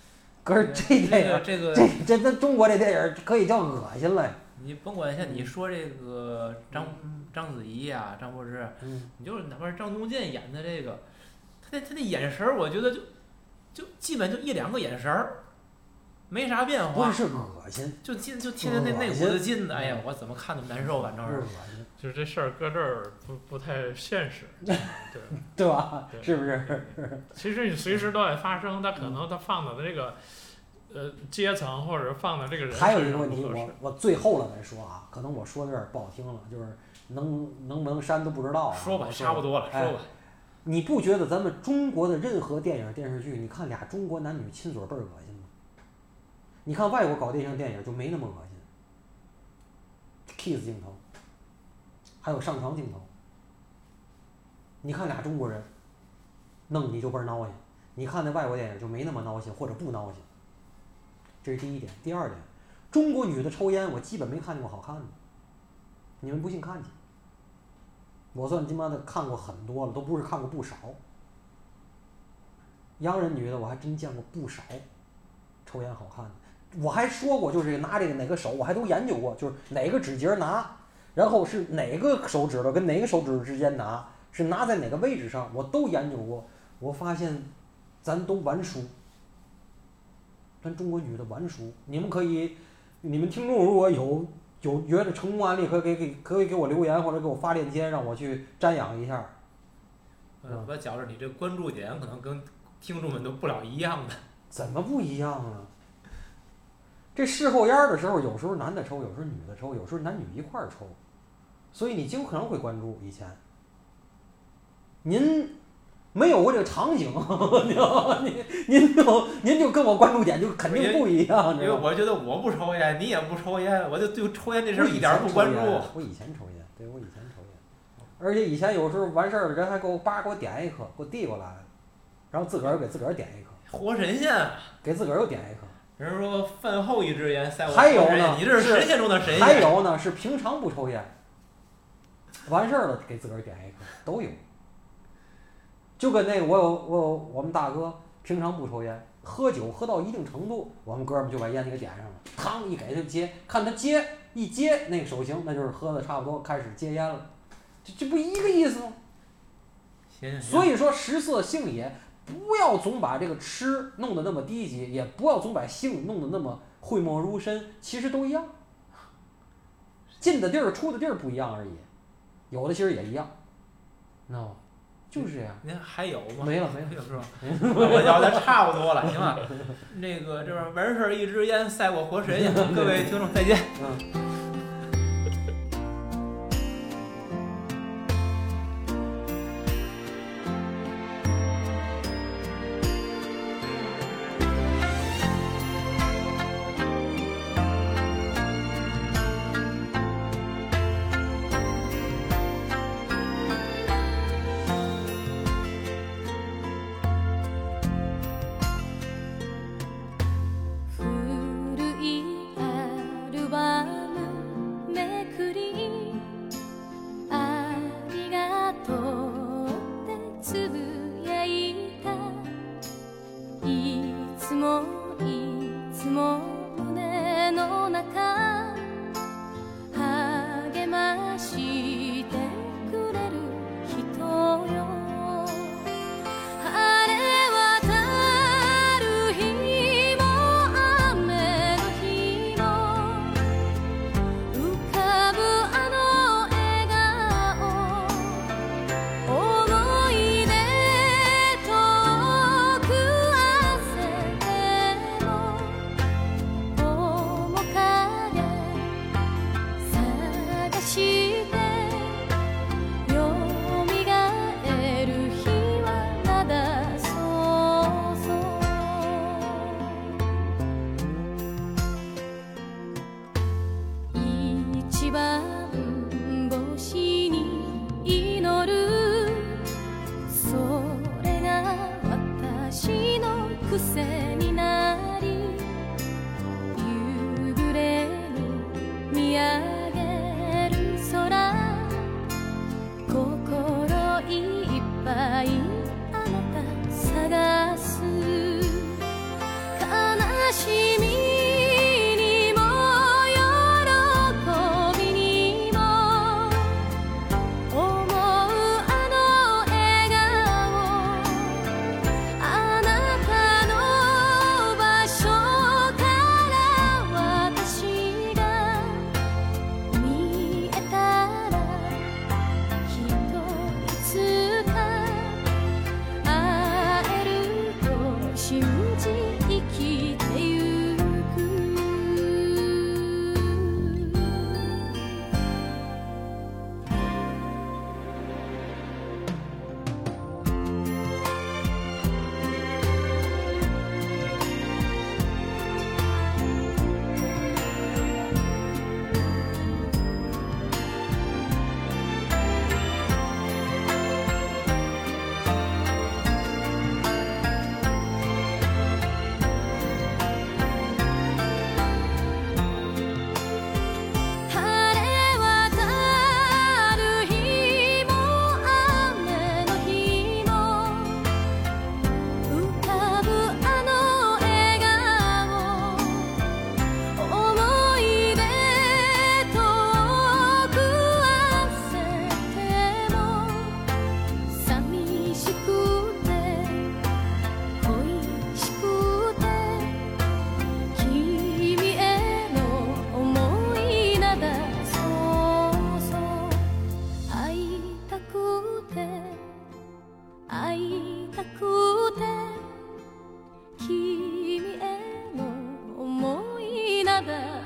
可是这电影， 这个这这这中国这电影可以叫恶心了。 你甭管像你说这个章章子怡啊，张柏芝， 嗯， 你就是哪怕是张东健演的这个，他那他那眼神儿，我觉得就就基本就一两个眼神儿，没啥变化。 不是恶心， 就进就贴着那那股子劲，哎呀，我怎么看都难受，反正是。 恶心， 就是这事儿搁这儿不不太现实，对对吧？ 对是不是？ 其实你随时都在发生，它可能它放的这个呃阶层或者放的这个人。 还有一个问题，我我最后了再说啊，可能我说的有点不好听了，就是能能不能删都不知道、啊。 说吧，差不多了， 哎、 说吧。 你不觉得咱们中国的任何电影电视剧，你看俩中国男女亲嘴倍儿恶心吗？你看外国搞电影电影就没那么恶心 ，kiss 镜头，还有上床镜头。你看俩中国人弄你就倍儿闹心，你看那外国电影就没那么闹心或者不闹心。这是第一点。第二点，中国女的抽烟我基本没看见过好看的，你们不信看去。我算他妈的看过很多了，都不是看过不少。洋人女的我还真见过不少，抽烟好看的。我还说过，就是拿这个哪个手，我还都研究过，就是哪个指节拿，然后是哪个手指头跟哪个手指头之间拿，是拿在哪个位置上，我都研究过。我发现，咱都完输，咱中国女的完输。你们可以，你们听众如果有有觉得成功案例，可以给给可以给我留言或者给我发链接，让我去瞻仰一下。 嗯，我觉着你这关注点可能跟听众们都不了一样的。 怎么不一样啊？这事后烟的时候，有时候男的抽，有时候女的抽，有时候男女一块儿抽，所以你尽可能会关注。以前，您没有过这个场景，您您就您就跟我关注点就肯定不一样。 因为我觉得我不抽烟，你也不抽烟，我就对抽烟这事儿一点儿不关注。 我以前抽烟，对我以前抽烟，而且以前有时候完事儿了，人还给我叭给我点一颗，给我递过来，然后自个儿给自个儿点一颗。 活神仙， 给自个儿又点一颗。 人说饭后一支烟，赛我还有呢， 你这是神仙中的神仙。 还有呢，是平常不抽烟，完事儿了给自个儿点一颗，都有。就跟那个我有我有我们大哥平常不抽烟，喝酒喝到一定程度，我们哥们就把烟给点上了，嘡一给他接，看他接一接那个手型，那就是喝的差不多开始戒烟了，这这不一个意思吗？ 行行。 所以说食色性也。不要总把这个吃弄得那么低级，也不要总把性弄得那么讳莫如深，其实都一样，进的地儿出的地儿不一样而已，有的其实也一样，知道吗？就是这样。 您还有吗？ 没了没了， 是吧？我觉得差不多了，行吧？那个这边完事儿一支烟赛过活神仙，各位听众再见。 嗯。 して的